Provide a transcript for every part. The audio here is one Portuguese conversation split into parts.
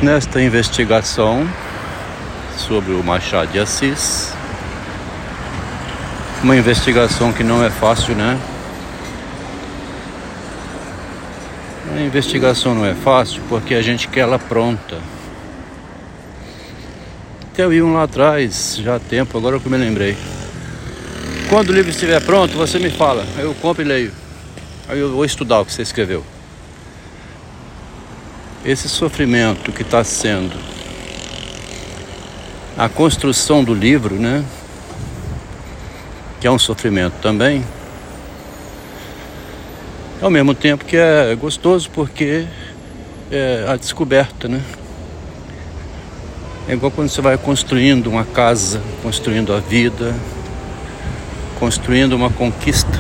Nesta investigação sobre o Machado de Assis, uma investigação que não é fácil, né? A investigação não é fácil porque a gente quer ela pronta. Eu vi um lá atrás, já há tempo, agora que eu me lembrei. Quando o livro estiver pronto, você me fala, eu compro e leio. Aí eu vou estudar o que você escreveu. Esse sofrimento que está sendo a construção do livro, né? Que é um sofrimento também. Ao mesmo tempo que é gostoso porque é a descoberta, né? É igual quando você vai construindo uma casa, construindo a vida, construindo uma conquista.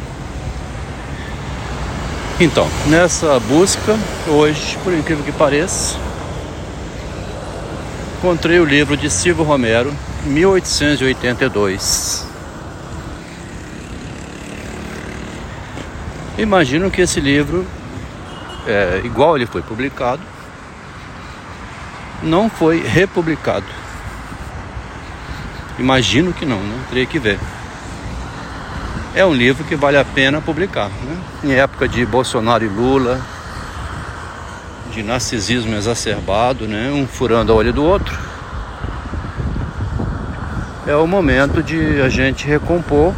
Então, nessa busca, hoje, por incrível que pareça, encontrei o livro de Silvio Romero, 1882. Imagino que esse livro, igual ele foi publicado, não foi republicado. Imagino que não, né? Teria que ver. É um livro que vale a pena publicar, né? Em época de Bolsonaro e Lula, de narcisismo exacerbado, né? Um furando a olho do outro. É o momento de a gente recompor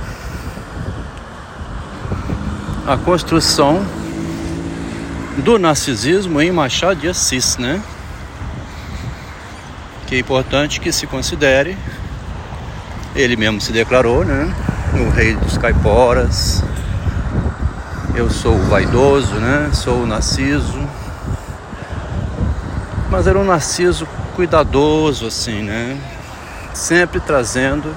a construção do narcisismo em Machado de Assis, né? Que é importante que se considere, ele mesmo se declarou, né? O rei dos caiporas, eu sou o vaidoso, né? Sou o narciso. Mas era um narciso cuidadoso, assim, né? Sempre trazendo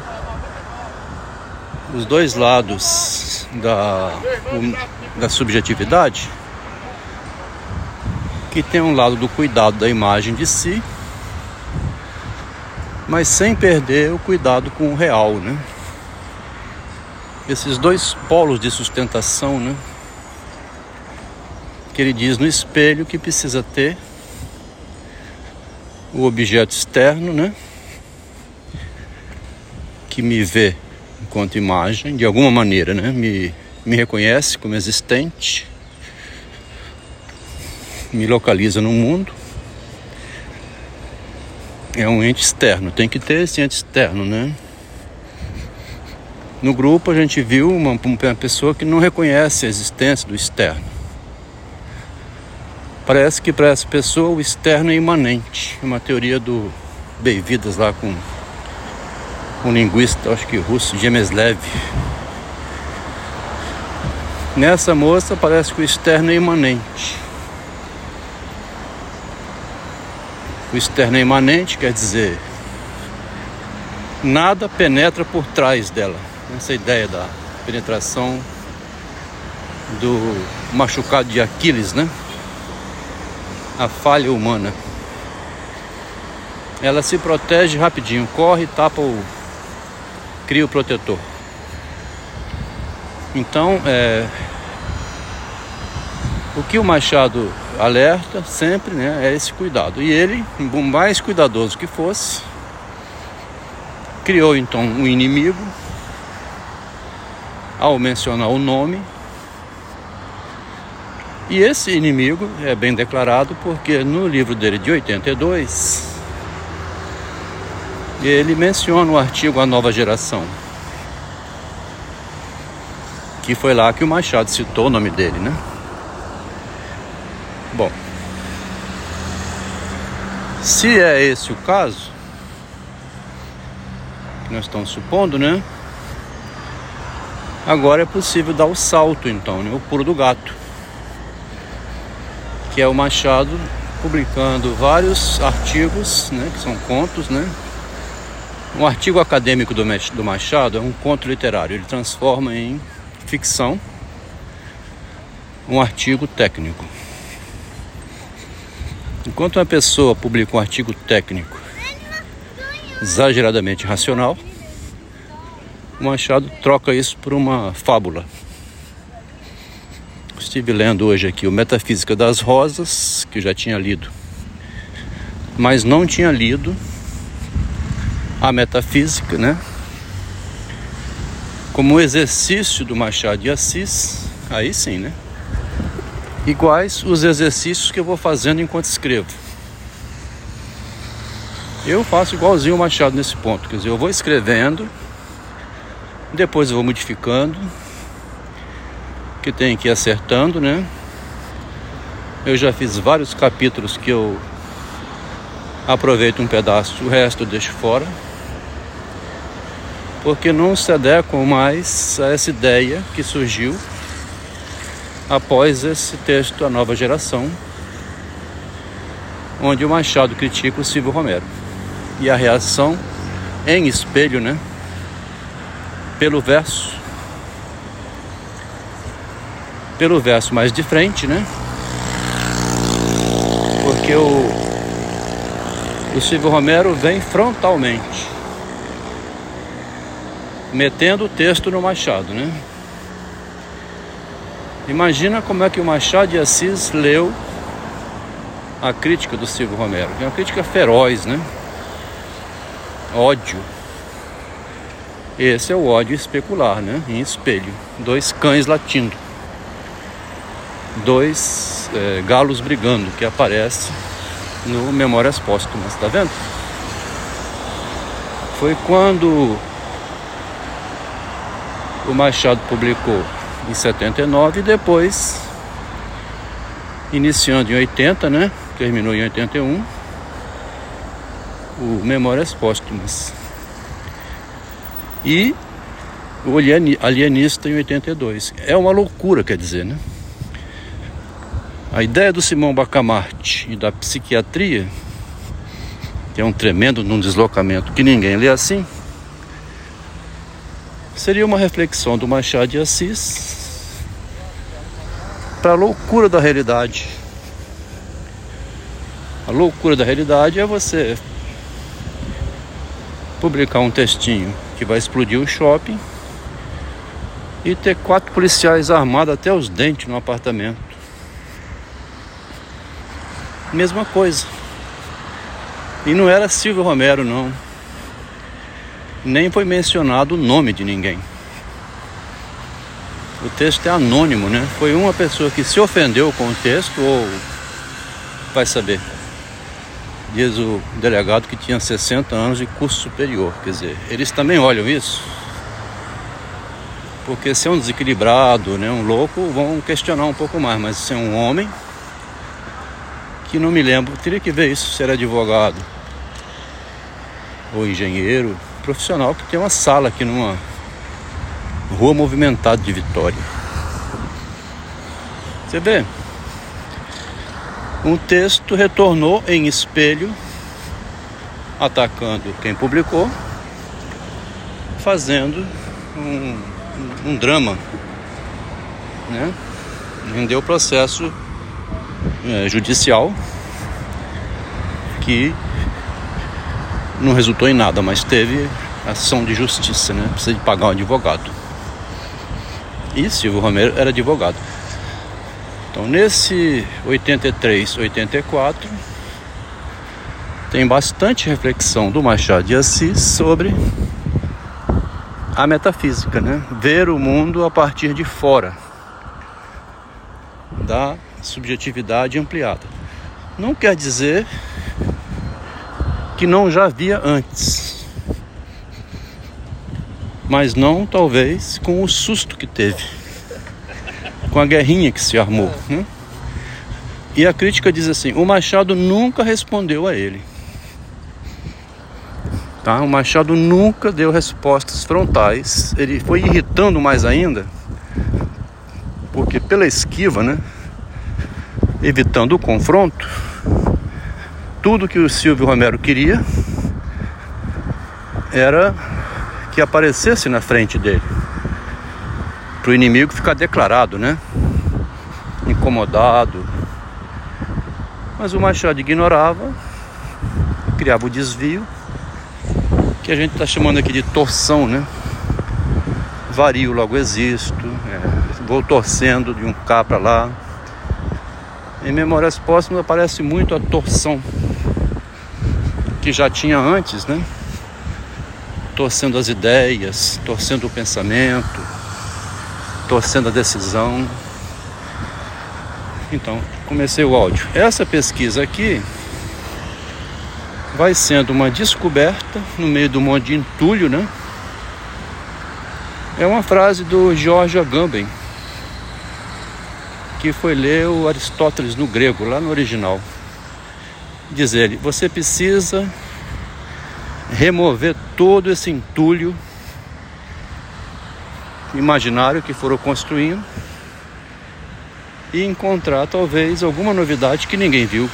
os dois lados da subjetividade, que tem um lado do cuidado da imagem de si, mas sem perder o cuidado com o real, né? Esses dois polos de sustentação, né? Que ele diz no espelho que precisa ter o objeto externo, né? Que me vê enquanto imagem, de alguma maneira, né? Me reconhece como existente, me localiza no mundo. É um ente externo, tem que ter esse ente externo, né? No grupo a gente viu uma pessoa que não reconhece a existência do externo. Parece que para essa pessoa o externo é imanente. Uma teoria do Bevidas lá com um linguista, acho que russo, Gemeslev. Nessa moça parece que o externo é imanente. O externo é imanente, quer dizer, nada penetra por trás dela. Essa ideia da penetração do machucado de Aquiles, né? A falha humana. Ela se protege rapidinho, corre e tapa cria o protetor. Então, o que o Machado alerta sempre, né, é esse cuidado. E ele, por mais cuidadoso que fosse, criou então um inimigo ao mencionar o nome. E esse inimigo é bem declarado porque no livro dele de 82 ele menciona o artigo A Nova Geração, que foi lá que o Machado citou o nome dele, né? Bom, se é esse o caso que nós estamos supondo, né? Agora é possível dar o salto, então, né? O pulo do gato, que é o Machado publicando vários artigos, né? Que são contos, né? Um artigo acadêmico do Machado é um conto literário. Ele transforma em ficção um artigo técnico. Enquanto uma pessoa publica um artigo técnico exageradamente racional, o Machado troca isso por uma fábula. Estive lendo hoje aqui o Metafísica das Rosas, que eu já tinha lido mas não tinha lido a metafísica, né? Como exercício do Machado de Assis, aí sim, né? Iguais os exercícios que eu vou fazendo enquanto escrevo. Eu faço igualzinho o Machado nesse ponto, quer dizer, eu vou escrevendo, depois eu vou modificando, que tem que ir acertando, né? Eu já fiz vários capítulos que eu aproveito um pedaço, o resto eu deixo fora, porque não se adequam mais a essa ideia que surgiu após esse texto A Nova Geração, onde o Machado critica o Silvio Romero. E a reação em espelho, né? Pelo verso mais de frente, né? Porque o Silvio Romero vem frontalmente, metendo o texto no Machado, né? Imagina como é que o Machado de Assis leu a crítica do Silvio Romero, que é uma crítica feroz, né? Ódio. Esse é o ódio especular, né? Em espelho. Dois cães latindo. Dois galos brigando, que aparece no Memórias Póstumas, tá vendo? Foi quando o Machado publicou em 79 e depois, iniciando em 80, né? Terminou em 81, o Memórias Póstumas. E o Alienista em 82. É uma loucura, quer dizer, né? A ideia do Simão Bacamarte e da psiquiatria, que é um tremendo num deslocamento que ninguém lê assim, seria uma reflexão do Machado de Assis para a loucura da realidade. A loucura da realidade é você publicar um textinho que vai explodir o shopping e ter 4 policiais armados até os dentes no apartamento. Mesma coisa. E não era Silvio Romero, não. Nem foi mencionado o nome de ninguém. O texto é anônimo, né? Foi uma pessoa que se ofendeu com o texto, ou vai saber. Diz o delegado que tinha 60 anos de curso superior. Quer dizer, eles também olham isso. Porque se é um desequilibrado, né, um louco, vão questionar um pouco mais. Mas se é um homem, que não me lembro, teria que ver isso, se era advogado ou engenheiro, profissional, que tem uma sala aqui numa rua movimentada de Vitória. Você vê? Um texto retornou em espelho, atacando quem publicou, fazendo um drama, né? Rendeu processo judicial que não resultou em nada, mas teve ação de justiça, né? Precisa de pagar um advogado. E Silvio Romero era advogado. Então, nesse 83, 84, tem bastante reflexão do Machado de Assis sobre a metafísica, né? Ver o mundo a partir de fora da subjetividade ampliada. Não quer dizer que não já havia antes, mas não talvez com o susto que teve, com a guerrinha que se armou, né? E a crítica diz assim: o Machado nunca respondeu a ele, tá? O Machado nunca deu respostas frontais. Ele foi irritando mais ainda, porque pela esquiva, né, evitando o confronto, tudo que o Silvio Romero queria era que aparecesse na frente dele, para o inimigo ficar declarado, né? Incomodado. Mas o Machado ignorava, criava o desvio, que a gente está chamando aqui de torção, né? Vario, logo existo, vou torcendo de um cá para lá. Em Memórias Póstumas aparece muito a torção, que já tinha antes, né? Torcendo as ideias, torcendo o pensamento, torcendo a decisão. Então, comecei o áudio. Essa pesquisa aqui vai sendo uma descoberta no meio do monte de entulho, né? É uma frase do George Agamben, que foi ler o Aristóteles no grego, lá no original. Diz ele: você precisa remover todo esse entulho imaginário que foram construindo e encontrar talvez alguma novidade que ninguém viu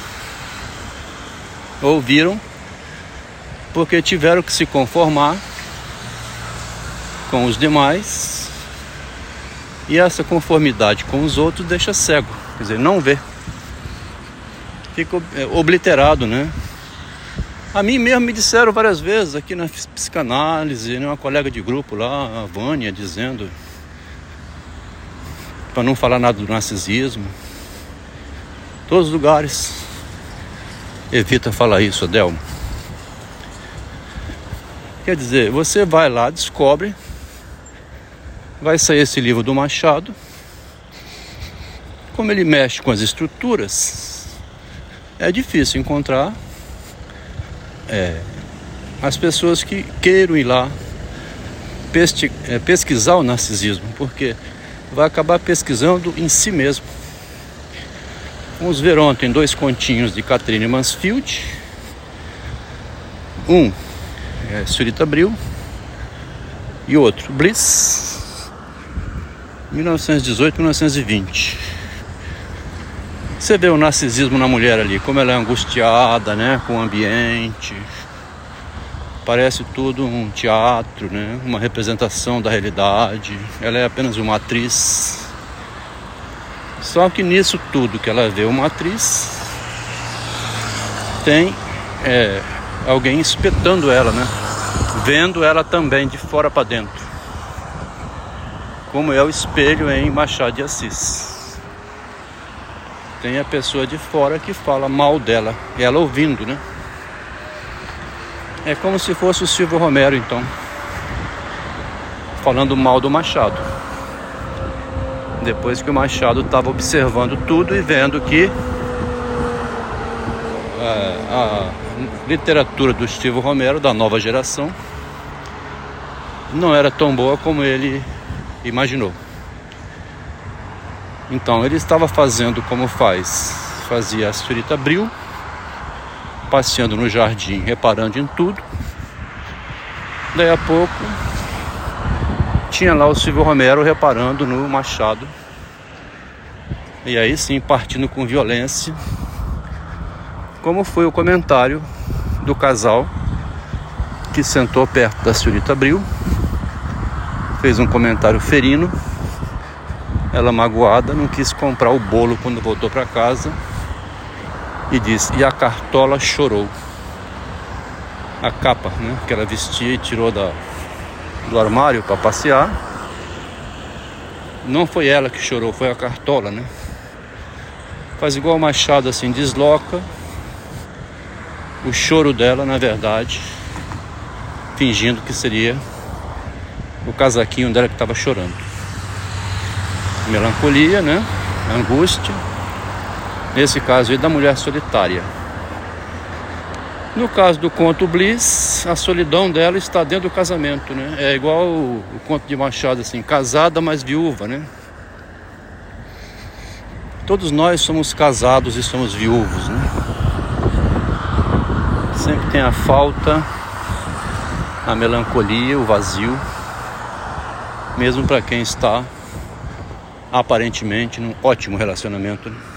ou viram, porque tiveram que se conformar com os demais, e essa conformidade com os outros deixa cego, quer dizer, não vê, fica obliterado, né? A mim mesmo me disseram várias vezes aqui na psicanálise, né, uma colega de grupo lá, a Vânia, dizendo para não falar nada do narcisismo. Todos os lugares evita falar isso, Adelmo. Quer dizer, você vai lá, descobre, vai sair esse livro do Machado. Como ele mexe com as estruturas, é difícil encontrar as pessoas que queiram ir lá pesquisar o narcisismo, porque vai acabar pesquisando em si mesmo. Vamos ver ontem 2 continhos de Catherine Mansfield. Um é Surita Abril e outro Bliss, 1918-1920. Você vê o narcisismo na mulher ali, como ela é angustiada, né, com o ambiente. Parece tudo um teatro, né, uma representação da realidade. Ela é apenas uma atriz. Só que nisso tudo que ela vê uma atriz, tem alguém espetando ela, né, vendo ela também de fora para dentro, como é o espelho em Machado de Assis. Tem a pessoa de fora que fala mal dela, ela ouvindo, né? É como se fosse o Silvio Romero, então, falando mal do Machado, depois que o Machado estava observando tudo e vendo que a literatura do Silvio Romero, da nova geração, não era tão boa como ele imaginou. Então ele estava fazendo como fazia a Surita Abril, passeando no jardim, reparando em tudo. Daí a pouco tinha lá o Silvio Romero reparando no Machado, e aí sim partindo com violência, como foi o comentário do casal que sentou perto da Surita Abril, fez um comentário ferino. Ela, magoada, não quis comprar o bolo quando voltou para casa e disse: e a Cartola chorou. A capa, né, que ela vestia e tirou do armário para passear, não foi ela que chorou, foi a Cartola, né? Faz igual o Machado, assim, desloca o choro dela, na verdade, fingindo que seria o casaquinho dela que estava chorando. Melancolia, né? Angústia. Nesse caso aí, da mulher solitária. No caso do conto Bliss, a solidão dela está dentro do casamento, né? É igual o conto de Machado, assim, casada, mas viúva, né? Todos nós somos casados e somos viúvos, né? Sempre tem a falta, a melancolia, o vazio, mesmo para quem está aparentemente num ótimo relacionamento, né?